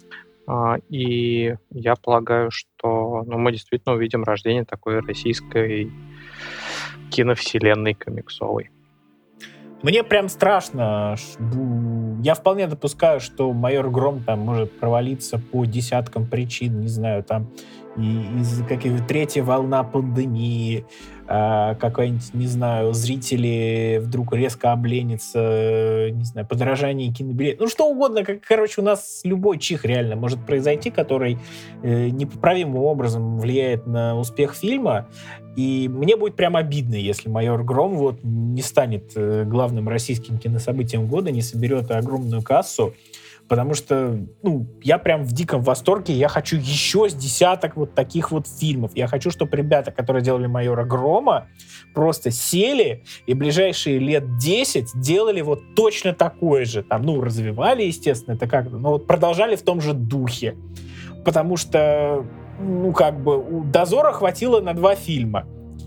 И я полагаю, что мы действительно увидим рождение такой российской киновселенной комиксовой. Мне прям страшно. Я вполне допускаю, что «Майор Гром» там может провалиться по десяткам причин, не знаю, там из каких-то 3-я волна пандемии, какой-нибудь, не знаю, зрители вдруг резко обленятся, не знаю, подорожание кинобилетов. Ну, что угодно. Короче, у нас любой чих реально может произойти, который непоправимым образом влияет на успех фильма. И мне будет прям обидно, если «Майор Гром» вот не станет главным российским кинособытием года, не соберет огромную кассу. Потому что, я прям в диком восторге. Я хочу еще с десяток вот таких вот фильмов. Я хочу, чтобы ребята, которые делали «Майора Грома», просто сели и ближайшие лет 10 делали вот точно такое же. Там, развивали, естественно, это как-то, но вот продолжали в том же духе. Потому что, у «Дозора» хватило на 2 фильма.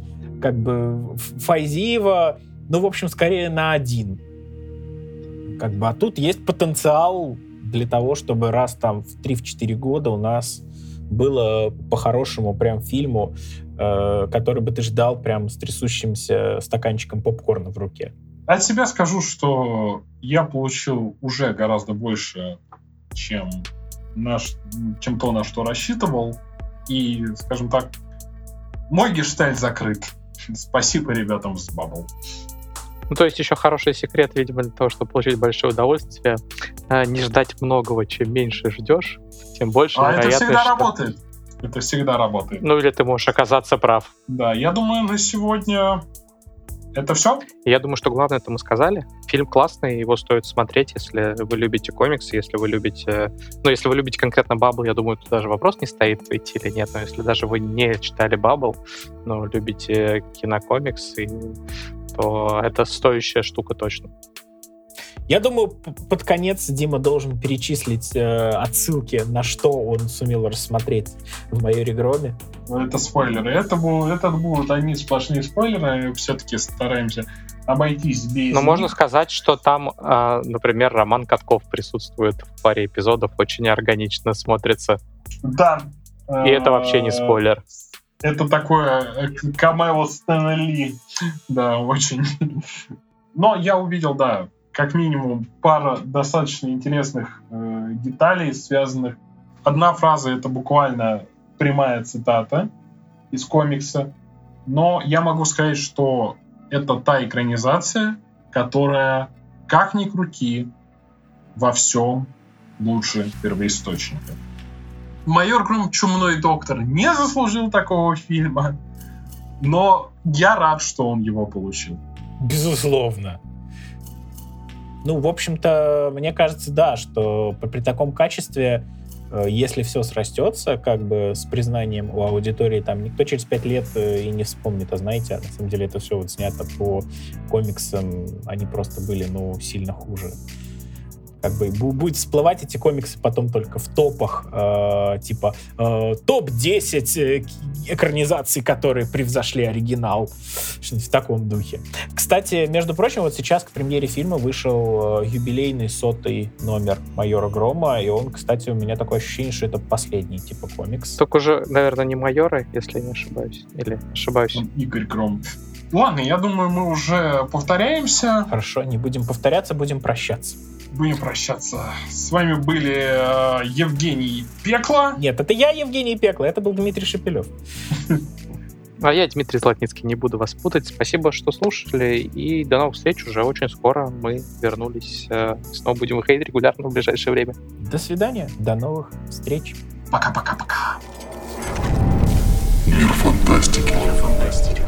Файзиева, в общем, скорее на 1. А тут есть потенциал для того, чтобы раз там в 3-4 года у нас было по-хорошему прям фильму, который бы ты ждал прям с трясущимся стаканчиком попкорна в руке. От себя скажу, что я получил уже гораздо больше, чем то, на что рассчитывал. И, скажем так, мой гештальт закрыт. Спасибо ребятам с Bubble. То есть еще хороший секрет, видимо, для того, чтобы получить большое удовольствие, не ждать многого. Чем меньше ждешь, тем больше вероятность, Это всегда работает. Или ты можешь оказаться прав. Да, я думаю, на сегодня это все. Я думаю, что главное это мы сказали. Фильм классный, его стоит смотреть, если вы любите комиксы, если вы любите... если вы любите конкретно Bubble, я думаю, тут даже вопрос не стоит, идти или нет. Но если даже вы не читали Bubble, но любите кинокомиксы, то это стоящая штука точно. Я думаю, под конец Дима должен перечислить отсылки, на что он сумел рассмотреть в «Майоре Громе». Это спойлеры. Это будут одни сплошные спойлеры. Все-таки стараемся обойтись без... Но можно сказать, что там, например, Роман Катков присутствует в паре эпизодов, очень органично смотрится. Да. И это вообще не спойлер. Это такое камео Стэна Ли. Да, очень. Но я увидел, да, как минимум пара достаточно интересных деталей, связанных... Одна фраза — это буквально прямая цитата из комикса. Но я могу сказать, что это та экранизация, которая, как ни крути, во всем лучше первоисточника. «Майор Гром. Чумной доктор» не заслужил такого фильма, но я рад, что он его получил. Безусловно. Ну, в общем-то, мне кажется, да, что при таком качестве, если все срастется, как бы с признанием у аудитории, там никто через 5 лет и не вспомнит, а знаете, на самом деле это все вот снято по комиксам, они просто были, сильно хуже. Как бы будет всплывать эти комиксы потом только в топах, типа топ-10 экранизаций, которые превзошли оригинал. Что-нибудь в таком духе. Кстати, между прочим, вот сейчас к премьере фильма вышел юбилейный 100-й номер «Майора Грома», и он, кстати, у меня такое ощущение, что это последний типа комикс. Только уже, наверное, не «Майора», если я не ошибаюсь. Или ошибаюсь? Игорь Гром. Ладно, я думаю, мы уже повторяемся. Хорошо, не будем повторяться, будем прощаться. Будем прощаться. С вами были Евгений Пекло. Нет, это я, Евгений Пекло, это был Дмитрий Шепелев. А я Дмитрий Златницкий, не буду вас путать. Спасибо, что слушали, и до новых встреч уже очень скоро. Мы вернулись, снова будем выходить регулярно в ближайшее время. До свидания, до новых встреч. Пока-пока-пока. Мир фантастики.